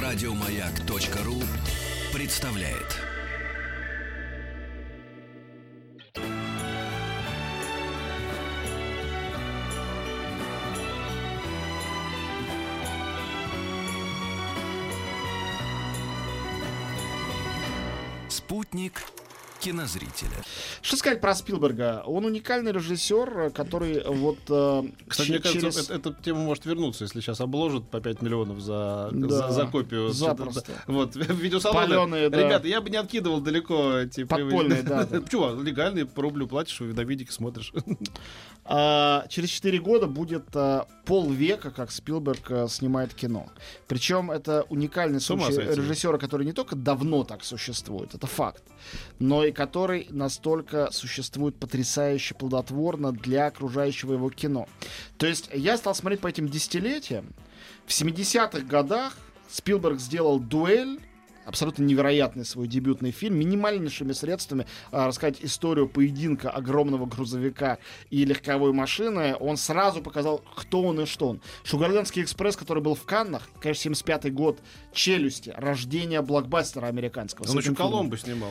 Радиомаяк.ру представляет. Спутник кинозрителя. Что сказать про Спилберга? Он уникальный режиссер, который вот... Кстати, мне кажется, эта тема может вернуться, если сейчас обложат по 5 миллионов за копию. Запросто. Вот, видеосалоны. Палёные, да. Ребята, я бы не откидывал далеко эти... Подпольные, да. Чего, легальные, по рублю платишь, на видике смотришь. Через 4 года будет полвека, как Спилберг снимает кино. Причем это уникальный случай режиссера, который не только давно так существует, это факт, но и который настолько существует потрясающе плодотворно для окружающего его кино. То есть я стал смотреть по этим десятилетиям. В 70-х годах Спилберг сделал «Дуэль», абсолютно невероятный свой дебютный фильм, минимальнейшими средствами рассказать историю поединка огромного грузовика и легковой машины. Он сразу показал, кто он и что он. «Шугарлендский экспресс», который был в Каннах, конечно, 75-й год, «Челюсти», рождение блокбастера американского. Он еще «Коломбо» снимал.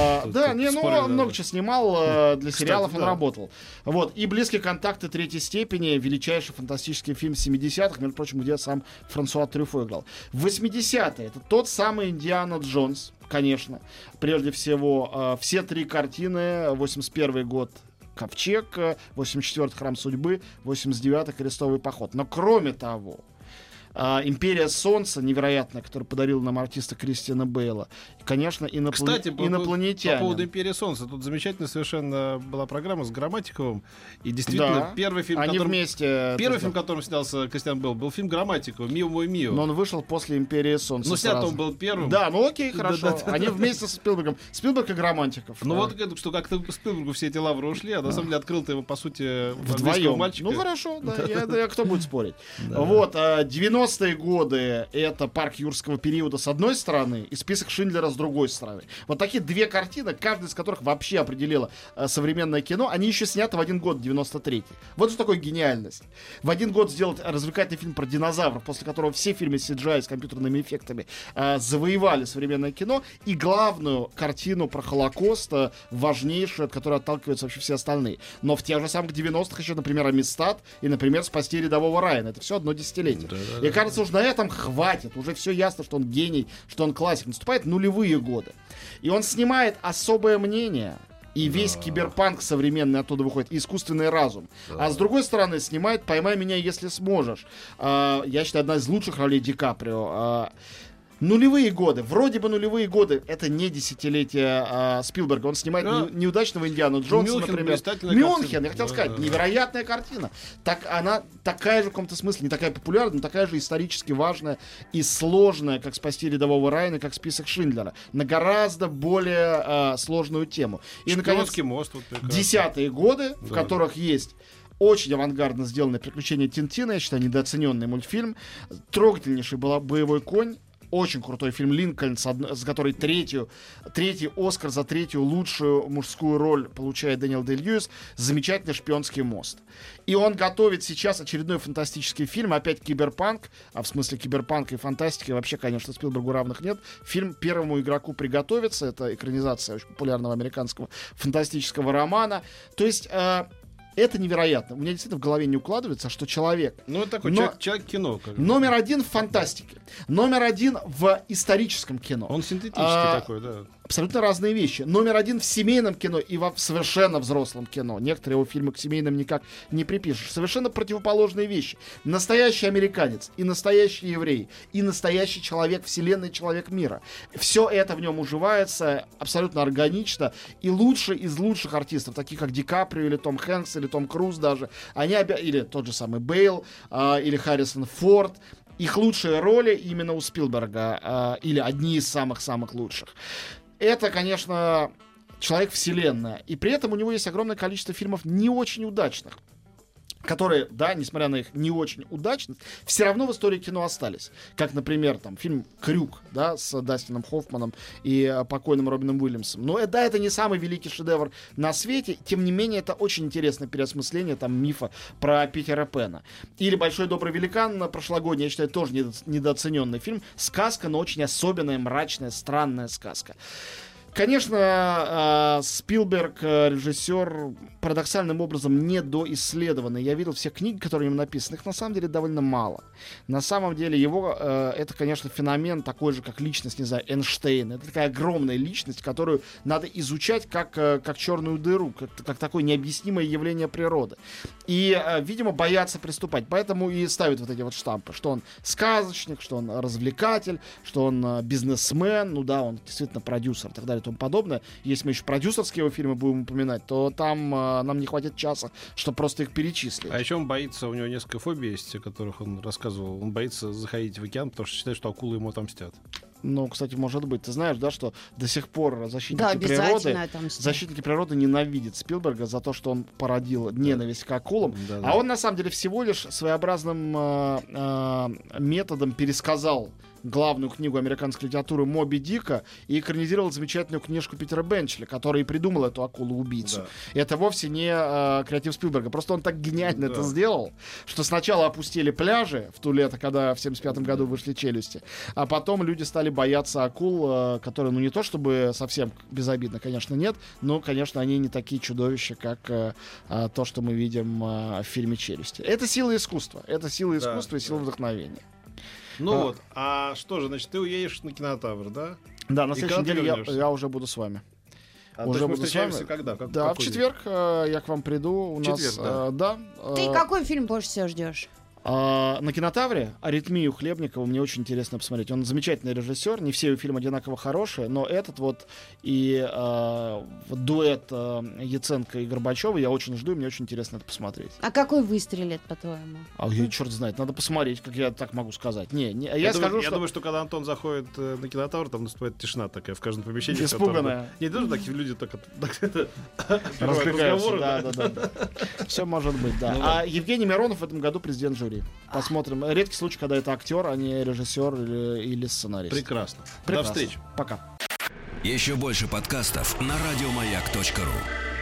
Он много чего снимал, для сериалов он работал. Вот. И «Близкие контакты третьей степени», величайший фантастический фильм 70-х, между прочим, где сам Франсуа Трюфо играл. 80-е, это тот самый «Индиана Джонс», конечно. Прежде всего, все три картины. 81 год «Ковчег», 84-й «Храм судьбы», 89-й «Крестовый поход». Но кроме того, «Империя солнца» невероятная, которую подарил нам артиста Кристиана Бейла. И, конечно, Кстати, инопланетянин. По поводу «Империи солнца», тут замечательная совершенно была программа с Грамматиковым. И действительно, первый фильм, которым снялся Кристиан Бейл, был фильм Грамматикова «Мио мой Мио». Но он вышел после «Империи солнца». Ну, снят он был первым. Да, ну окей, хорошо. Они вместе со Спилбергом. Спилберг и Грамматиков. Ну вот, что как-то Спилбергу все эти лавры ушли, а на самом деле открыл-то его, по сути, вдвоем. мальчика. Ну хорошо, да, кто будет спорить. Вот, 90-е годы — это «Парк юрского периода» с одной стороны и «Список Шиндлера» с другой стороны. Вот такие две картины, каждая из которых вообще определила современное кино. Они еще сняты в один год, 93-й. Вот что такое гениальность. В один год сделать развлекательный фильм про динозавров, после которого все фильмы CGI с компьютерными эффектами завоевали современное кино, и главную картину про Холокост, важнейшую, от которой отталкиваются вообще все остальные. Но в тех же самых 90-х еще, например, «Амистад» и, например, «Спасти рядового Райана». Это все одно десятилетие. И кажется, уж на этом хватит. Уже все ясно, что он гений, что он классик. Наступают нулевые годы. И он снимает «Особое мнение». И весь киберпанк современный оттуда выходит, и искусственный разум. А с другой стороны, снимает «Поймай меня, если сможешь». Я считаю, одна из лучших ролей Ди Каприо. Нулевые годы, вроде бы нулевые годы, это не десятилетие Спилберга. Он снимает неудачного «Индиану Джонса», например. «Мюнхен», я хотел сказать, невероятная картина. Она такая же в каком-то смысле, не такая популярная, но такая же исторически важная и сложная, как «Спасти рядового Райана», как «Список Шиндлера». На гораздо более сложную тему. И, наконец, мост, вот, 10-е годы, в которых есть очень авангардно сделанное «Приключение Тинтина», я считаю, недооцененный мультфильм, трогательнейший боевой конь, очень крутой фильм «Линкольн», с которой третий Оскар за третью лучшую мужскую роль получает Дэниел Дэй-Льюис, замечательный «Шпионский мост». И он готовит сейчас очередной фантастический фильм, опять киберпанк, а в смысле киберпанка и фантастики вообще, конечно, Спилбергу равных нет. Фильм «Первому игроку приготовиться», это экранизация очень популярного американского фантастического романа. То есть... это невероятно. У меня действительно в голове не укладывается, что человек... Ну, это такой человек кино. Номер один в фантастике. Номер один в историческом кино. Он синтетический такой, да. Абсолютно разные вещи. Номер один в семейном кино и в совершенно взрослом кино. Некоторые его фильмы к семейным никак не припишешь. Совершенно противоположные вещи. Настоящий американец, и настоящий еврей, и настоящий человек вселенной, человек мира. Все это в нем уживается абсолютно органично. И лучшие из лучших артистов, таких как Ди Каприо или Том Хэнкс, или Том Круз даже, или тот же самый Бейл, или Харрисон Форд, их лучшие роли именно у Спилберга, или одни из самых-самых лучших. Это, конечно, человек-вселенная. И при этом у него есть огромное количество фильмов не очень удачных. которые, да, несмотря на их не очень удачность, все равно в истории кино остались. Как, например, там, фильм «Крюк», да, с Дастином Хоффманом и покойным Робином Уильямсом. Но, да, это не самый великий шедевр на свете, тем не менее, это очень интересное переосмысление там мифа про Питера Пэна. Или «Большой добрый великан» прошлогодний, я считаю, тоже недооцененный фильм. Сказка, но очень особенная, мрачная, странная сказка. Конечно, Спилберг, режиссер, парадоксальным образом недоисследованный. Я видел все книги, которые им написаны. Их на самом деле довольно мало. На самом деле его, это, конечно, феномен такой же, как личность, не знаю, Эйнштейна. Это такая огромная личность, которую надо изучать как черную дыру, как такое необъяснимое явление природы. И, видимо, боятся приступать. Поэтому и ставят вот эти вот штампы, что он сказочник, что он развлекатель, что он бизнесмен, ну да, он действительно продюсер и так далее и тому подобное. Если мы еще продюсерские его фильмы будем упоминать, то там нам не хватит часа, чтобы просто их перечислить. А еще он боится, у него несколько фобий есть, о которых он рассказывал. Он боится заходить в океан, потому что считает, что акулы ему отомстят. Ну, кстати, может быть. Ты знаешь, да, что до сих пор защитники природы ненавидят Спилберга за то, что он породил ненависть к акулам. Да, а он, на самом деле, всего лишь своеобразным методом пересказал главную книгу американской литературы «Моби Дика» и экранизировал замечательную книжку Питера Бенчли, который и придумал эту акулу-убийцу. Да. Это вовсе не креатив Спилберга. Просто он так гениально это сделал, что сначала опустили пляжи в то лето, когда в 1975 году вышли «Челюсти», а потом люди стали бояться акул, которые, ну, не то чтобы совсем безобидно, конечно, нет, но, конечно, они не такие чудовища, как то, что мы видим в фильме «Челюсти». Это сила искусства. Это сила искусства и сила вдохновения. Ну вот, а что же, значит, ты уедешь на Кинотавр, да? Да, на следующей неделе я уже буду с вами. Уже буду встречаемся когда? Да, в четверг я к вам приду. В четверг, да. Ты какой фильм больше всего ждешь? На Кинотавре «Аритмию» Хлебникова мне очень интересно посмотреть. Он замечательный режиссер, не все его фильмы одинаково хорошие, но этот вот и дуэт Яценко и Горбачева я очень жду, и мне очень интересно это посмотреть. А какой выстрелит, по-твоему? Черт знает, надо посмотреть, как я так могу сказать. Я думаю, что когда Антон заходит на Кинотавр, там наступает тишина такая в каждом помещении. Испуганная. Не тоже такие люди так разбегаются. Да. Все может быть, да. А Евгений Миронов в этом году президент жюри. Посмотрим. Редкий случай, когда это актер, а не режиссер или сценарист. Прекрасно. До встречи. Пока. Еще больше подкастов на радиомаяк.ру.